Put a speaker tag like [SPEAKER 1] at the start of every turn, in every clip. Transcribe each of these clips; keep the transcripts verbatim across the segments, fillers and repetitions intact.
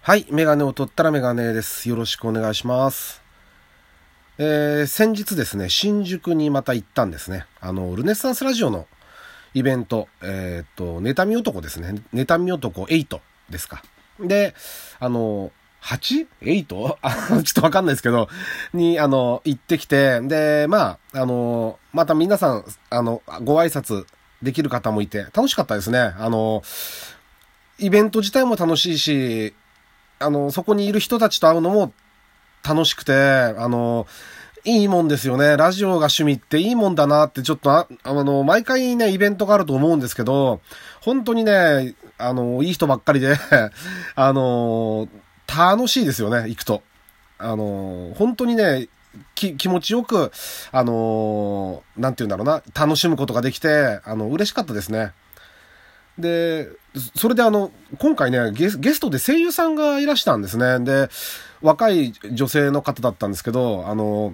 [SPEAKER 1] はい、メガネを取ったらメガネです。よろしくお願いします。えー、先日ですね、新宿にまた行ったんですね。あの、ルネッサンスラジオのイベント、えー、っと、妬み男ですね。妬み男はちですか。で、あの、はち?はち? ちょっとわかんないですけど、に、あの、行ってきて、で、まあ、あの、また皆さん、あの、ご挨拶できる方もいて、楽しかったですね。あの、イベント自体も楽しいし、あの、そこにいる人たちと会うのも楽しくて、あの、いいもんですよね。ラジオが趣味っていいもんだなってちょっとあ、あの、毎回ね、イベントがあると思うんですけど、本当にね、あの、いい人ばっかりで、あの、楽しいですよね、行くと。あの、本当にね、き、気持ちよく、あの、なんて言うんだろうな、楽しむことができて、あの、嬉しかったですね。で、それであの、今回ねゲス、ゲストで声優さんがいらしたんですね。で、若い女性の方だったんですけど、あの、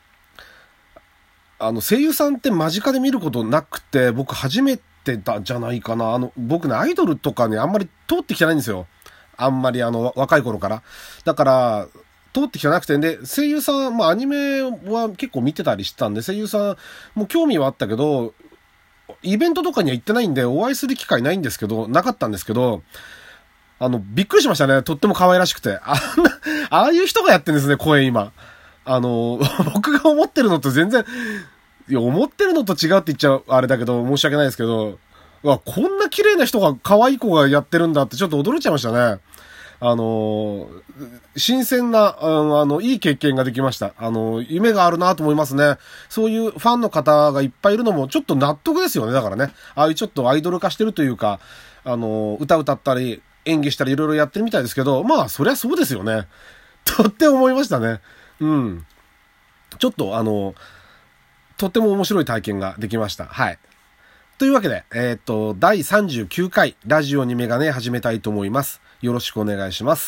[SPEAKER 1] あの、声優さんって間近で見ることなくて、僕初めてだじゃないかな。あの、僕ね、アイドルとかね、あんまり通ってきてないんですよ。あんまりあの、若い頃から。だから、通ってきてなくて、で、声優さん、まあアニメは結構見てたりしてたんで、声優さんも興味はあったけど、イベントとかには行ってないんで、お会いする機会ないんですけど、なかったんですけど、あの、びっくりしましたね。とっても可愛らしくて。あんな、ああいう人がやってるんですね、声今。あの、僕が思ってるのと全然、いや、思ってるのと違うって言っちゃう、あれだけど、申し訳ないですけど、うわ、こんな綺麗な人が、可愛い子がやってるんだってちょっと驚いちゃいましたね。あの、新鮮な、あの、あのいい経験ができました。あの、夢があるなと思いますね。そういうファンの方がいっぱいいるのもちょっと納得ですよね。だからね。ああいうちょっとアイドル化してるというか、あの、歌歌ったり、演技したりいろいろやってるみたいですけど、まあ、そりゃそうですよね。とって思いましたね。うん。ちょっと、あの、とっても面白い体験ができました。はい。というわけで、えー、っと、だいさんじゅうきゅうかい、ラジオにメガネ始めたいと思います。よろしくお願いします。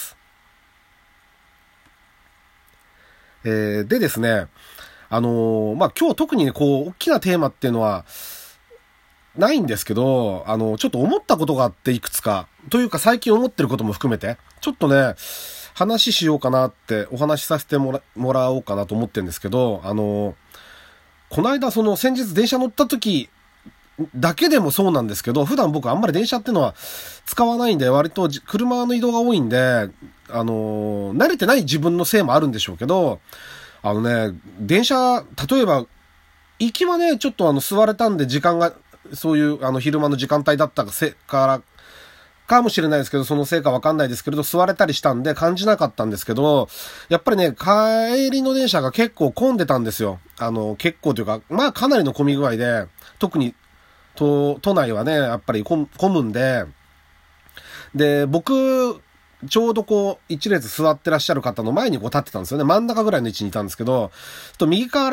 [SPEAKER 1] えー、でですね、あのー、まあ、今日特にね、こう、大きなテーマっていうのは、ないんですけど、あの、ちょっと思ったことがあっていくつか、というか最近思ってることも含めて、ちょっとね、話しようかなってお話しさせてもら、もらおうかなと思ってるんですけど、あの、この間その先日電車乗った時だけでもそうなんですけど、普段僕あんまり電車ってのは使わないんで、割と車の移動が多いんで、あの、慣れてない自分のせいもあるんでしょうけど、あのね、電車、例えば、行きはね、ちょっとあの座れたんで時間が、そういうあの昼間の時間帯だったせからかもしれないですけど、そのせいかわかんないですけれど、座れたりしたんで感じなかったんですけど、やっぱりね、帰りの電車が結構混んでたんですよ。あの、結構というか、まあかなりの混み具合で、特に都、都内はね、やっぱり混むんで、で、僕、ちょうどこう、一列座ってらっしゃる方の前にこう立ってたんですよね。真ん中ぐらいの位置にいたんですけど、と右から、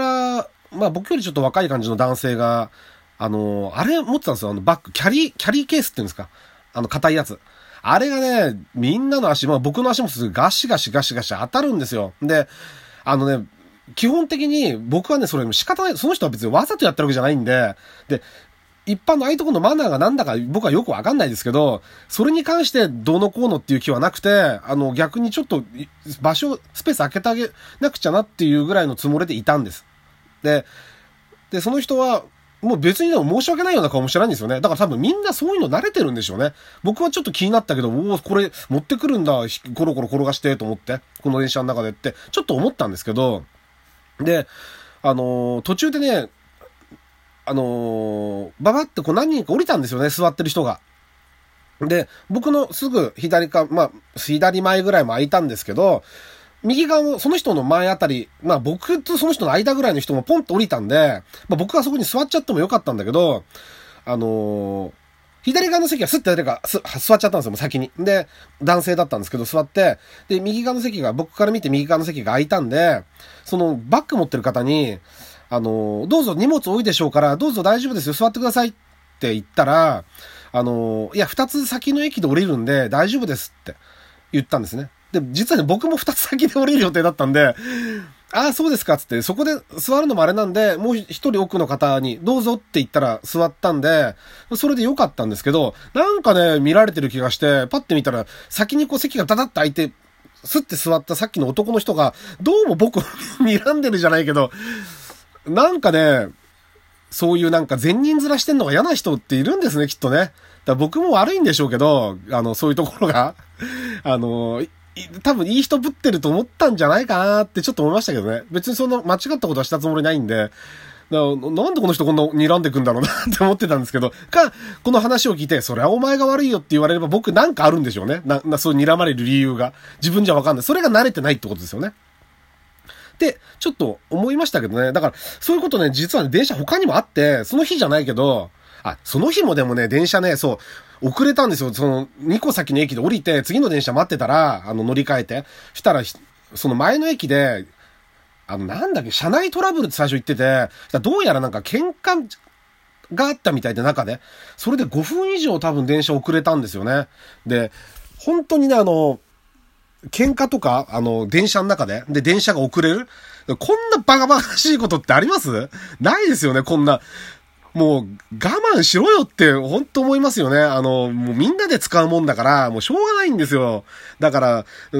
[SPEAKER 1] まあ僕よりちょっと若い感じの男性が、あの、あれ持ってたんですよ。あのバッグ、キャリー、キャリーケースっていうんですか。あの、硬いやつ。あれがね、みんなの足、まあ僕の足もすぐガシガシガシガシ当たるんですよ。で、あのね、基本的に僕はね、それ仕方ない、その人は別にわざとやってるわけじゃないんで、で、一般のああいうところのマナーがなんだか僕はよくわかんないですけど、それに関してどうのこうのっていう気はなくて、あの逆にちょっと場所、スペース開けてあげなくちゃなっていうぐらいのつもりでいたんです。で、で、その人は、もう別にでも申し訳ないような顔もしてないんですよね。だから多分みんなそういうの慣れてるんでしょうね。僕はちょっと気になったけど、おお、これ持ってくるんだ、コロコロ転がしてと思って、この電車の中でって、ちょっと思ったんですけど、で、あのー、途中でね、あのー、ババってこう何人か降りたんですよね、座ってる人が。で、僕のすぐ左か、まあ、左前ぐらいも空いたんですけど、右側も、その人の前あたり、まあ僕とその人の間ぐらいの人もポンと降りたんで、まあ僕はそこに座っちゃってもよかったんだけど、あのー、左側の席はスッて誰かす座っちゃったんですよ、もう先に。で、男性だったんですけど、座って、で、右側の席が、僕から見て右側の席が空いたんで、そのバッグ持ってる方に、あのー、どうぞ荷物多いでしょうから、どうぞ大丈夫ですよ、座ってくださいって言ったら、あのー、いや、二つ先の駅で降りるんで大丈夫ですって言ったんですね。で、実はね、僕も二つ先で降りる予定だったんで、ああ、そうですか、つって、そこで座るのもあれなんで、もう一人奥の方に、どうぞって言ったら座ったんで、それで良かったんですけど、なんかね、見られてる気がして、パッて見たら、先にこう席がダダッと開いて、 スッて座ったさっきの男の人が、どうも僕を睨んでるじゃないけど、なんかね、そういうなんか善人面してんのが嫌な人っているんですね、きっとね。だから僕も悪いんでしょうけど、あの、そういうところが、あの、多分いい人ぶってると思ったんじゃないかなってちょっと思いましたけどね。別にそんな間違ったことはしたつもりないんで、だなんでこの人こんな睨んでくんだろうなって思ってたんですけど、か、この話を聞いて、それはお前が悪いよって言われれば僕なんかあるんでしょうね。な、なそう睨まれる理由が。自分じゃわかんない。それが慣れてないってことですよね。で、ちょっと思いましたけどね。だから、そういうことね、実はね、電車他にもあって、その日じゃないけど、あ、その日もでもね、電車ね、そう、遅れたんですよ。その、にこ先の駅で降りて、次の電車待ってたら、あの、乗り換えて。したら、その前の駅で、あの、なんだっけ、車内トラブルって最初言ってて、どうやらなんか喧嘩があったみたいで中で、それでごふん以上多分電車遅れたんですよね。で、本当にね、あの、喧嘩とか、あの、電車の中で、で、電車が遅れるこんなバカバカしいことってありますないですよね、こんな。もう、我慢しろよって、本当思いますよね。あの、もうみんなで使うもんだから、もうしょうがないんですよ。だから、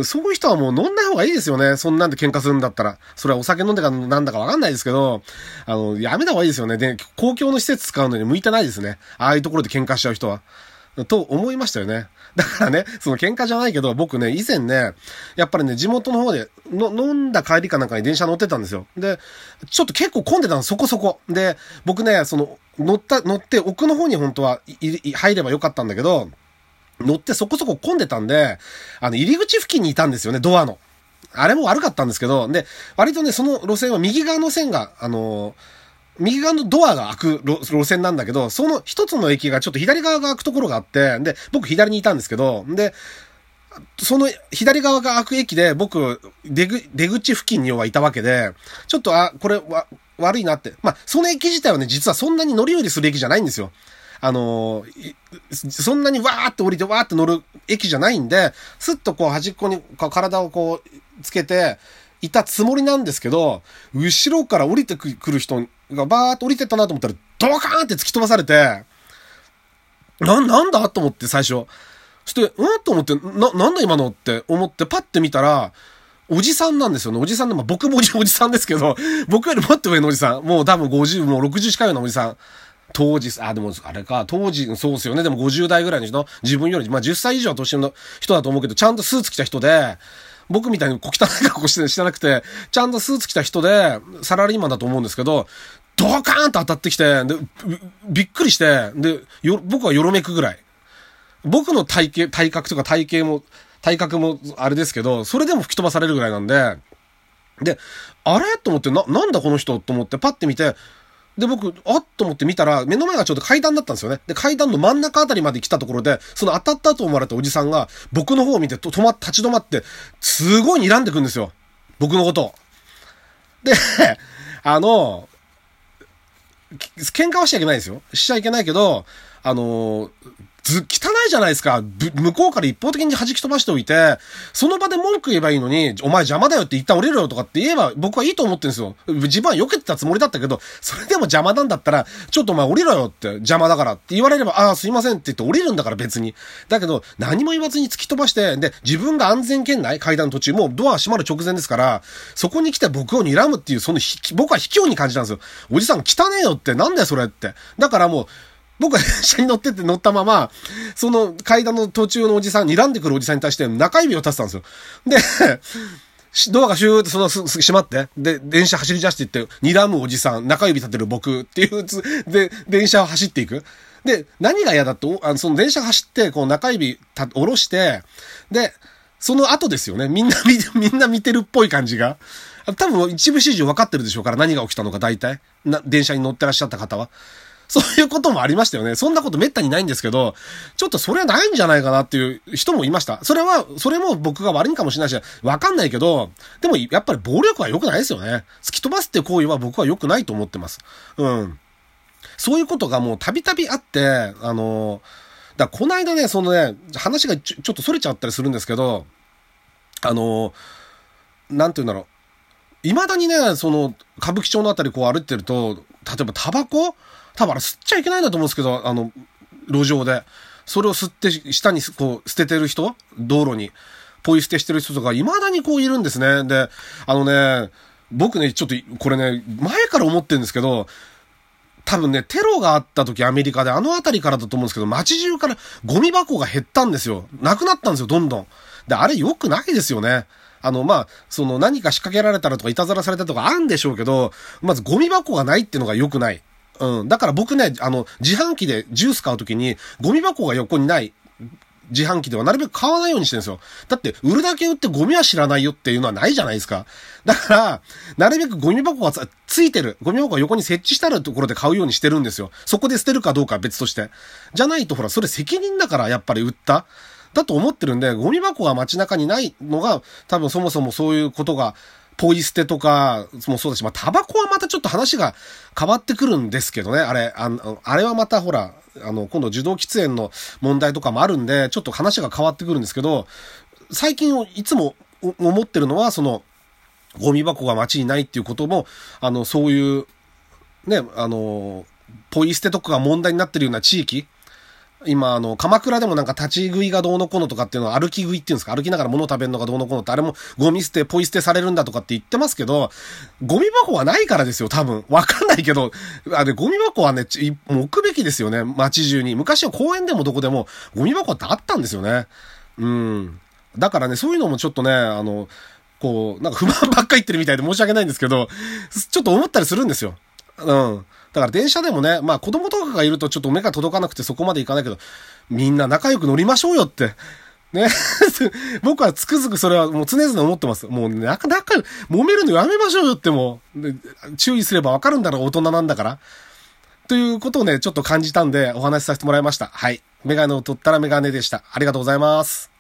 [SPEAKER 1] そういう人はもう飲んない方がいいですよね。そんなんで喧嘩するんだったら。それはお酒飲んでかなんだかわかんないですけど、あの、やめた方がいいですよね。で、公共の施設使うのに向いてないですね。ああいうところで喧嘩しちゃう人は。と思いましたよね。だからね、その喧嘩じゃないけど、僕ね、以前ね、やっぱりね、地元の方での飲んだ帰りかなんかに電車乗ってたんですよ。で、ちょっと結構混んでたの、そこそこ。で、僕ね、その、乗った、乗って奥の方に本当はいい入ればよかったんだけど、乗ってそこそこ混んでたんで、あの、入り口付近にいたんですよね、ドアの。あれも悪かったんですけど、で、割とね、その路線は右側の線が、あのー、右側のドアが開く路線なんだけど、その一つの駅がちょっと左側が開くところがあって、で、僕左にいたんですけど、で、その左側が開く駅で僕、出ぐ、出口付近にはいたわけで、ちょっと、あ、これは悪いなって。まあ、その駅自体はね、実はそんなに乗り降りする駅じゃないんですよ。あのー、そんなにわーって降りてわーって乗る駅じゃないんで、スッとこう端っこに体をこうつけていたつもりなんですけど、後ろから降りてくる人がバーっと降りてったなと思ったら、ドカーンって突き飛ばされて、な、なんだと思って最初。そして、うんと思って、な、なんだ今のって思ってパッて見たら、おじさんなんですよね。おじさんで、まあ、僕もおじさんですけど、僕よりもっと上のおじさん。もう多分ごじゅう、もうろくじゅう近いようなおじさん。当時、あ、でも、あれか、当時、そうですよね。でもごじゅう代ぐらいの人、自分より、まあ、じゅっさい以上年の人だと思うけど、ちゃんとスーツ着た人で、僕みたいに小汚い格好して、してなくて、ちゃんとスーツ着た人で、サラリーマンだと思うんですけど、ドカーンと当たってきて、で、びっくりして、で、よ、僕はよろめくぐらい。僕の体型、体格とか体型も、体格もあれですけど、それでも吹き飛ばされるぐらいなんで、で、あれと思って、な、なんだこの人と思ってパッて見て、で、僕、あっと思って見たら、目の前がちょうど階段だったんですよね。で、階段の真ん中あたりまで来たところで、その当たったと思われたおじさんが、僕の方を見て、と、止ま、立ち止まって、すごい睨んでくんですよ。僕のこと。で、あの、喧嘩はしちゃいけないですよ。しちゃいけないけど、あの、ず、汚いじゃないですか。向こうから一方的に弾き飛ばしておいて、その場で文句言えばいいのに、お前邪魔だよって一旦降りろよとかって言えば僕はいいと思ってるんですよ。自分は避けてたつもりだったけど、それでも邪魔なんだったら、ちょっとお前降りろよって邪魔だからって言われれば、ああすいませんって言って降りるんだから別に。だけど、何も言わずに突き飛ばして、で、自分が安全圏内、階段途中、もうドア閉まる直前ですから、そこに来て僕を睨むっていう、その僕は卑怯に感じたんですよ。おじさん汚ねえよって、なんだよそれって。だからもう、僕は電車に乗ってて乗ったまま、その階段の途中のおじさん、睨んでくるおじさんに対して中指を立てたんですよ。で、ドアがシューってそのす閉まって、で、電車走り出していって、睨むおじさん、中指立てる僕っていう、で、電車を走っていく。で、何が嫌だと、あの、その電車走って、こう中指た、下ろして、で、その後ですよね。みんな見て、みんな見てるっぽい感じが。多分一部始終分かってるでしょうから、何が起きたのか大体。な、電車に乗ってらっしゃった方は。そういうこともありましたよね。そんなことめったにないんですけど、ちょっとそれはないんじゃないかなっていう人もいました。それは、それも僕が悪いかもしれないし、わかんないけど、でもやっぱり暴力は良くないですよね。突き飛ばすって行為は僕は良くないと思ってます。うん。そういうことがもうたびたびあって、あの、だからこの間ね、そのね、話がちょ、ちょっと逸れちゃったりするんですけど、あの、なんて言うんだろう。未だにね、その、歌舞伎町のあたりこう歩いてると、例えばタバコ多分あれ吸っちゃいけないんだと思うんですけど、あの、路上で。それを吸って、下にこう捨ててる人道路に。 ポイ捨てしてる人とか未だにこういるんですね。で、あのね、僕ね、ちょっとこれね、前から思ってるんですけど、多分ね、テロがあった時アメリカであの辺りからだと思うんですけど、街中からゴミ箱が減ったんですよ。なくなったんですよ、どんどん。で、あれ良くないですよね。あの、まあ、その何か仕掛けられたらとかいたずらされたとかあるんでしょうけど、まずゴミ箱がないっていうのが良くない。うん。だから僕ね、あの、自販機でジュース買うときに、ゴミ箱が横にない自販機ではなるべく買わないようにしてるんですよ。だって、売るだけ売ってゴミは知らないよっていうのはないじゃないですか。だから、なるべくゴミ箱がつ、ついてる、ゴミ箱が横に設置してあるところで買うようにしてるんですよ。そこで捨てるかどうかは別として。じゃないと、ほら、それ責任だから、やっぱり売った。だと思ってるんで、ゴミ箱が街中にないのが、多分そもそもそういうことが、ポイ捨てとかもそうだし、まあ、タバコはまたちょっと話が変わってくるんですけどね、あれ、あの、あれはまたほら、あの、今度受動喫煙の問題とかもあるんで、ちょっと話が変わってくるんですけど、最近いつも思ってるのは、その、ゴミ箱が街にないっていうことも、あの、そういう、ね、あの、ポイ捨てとかが問題になってるような地域、今、あの、鎌倉でもなんか立ち食いがどうのこうのとかっていうのは歩き食いっていうんですか、歩きながら物を食べるのがどうのこうのって、あれもゴミ捨て、ポイ捨てされるんだとかって言ってますけど、ゴミ箱はないからですよ、多分。わかんないけど、あれ、ゴミ箱はね、置くべきですよね、街中に。昔は公園でもどこでも、ゴミ箱ってあったんですよね。うん。だからね、そういうのもちょっとね、あの、こう、なんか不満ばっか言ってるみたいで申し訳ないんですけど、ちょっと思ったりするんですよ。うん。だから電車でもね、まあ子供とかがいるとちょっと目が届かなくてそこまでいかないけど、みんな仲良く乗りましょうよって。ね。僕はつくづくそれはもう常々思ってます。もうなかなか揉めるのやめましょうよってもう、注意すればわかるんだろう、大人なんだから。ということをね、ちょっと感じたんでお話しさせてもらいました。はい。メガネを取ったらメガネでした。ありがとうございます。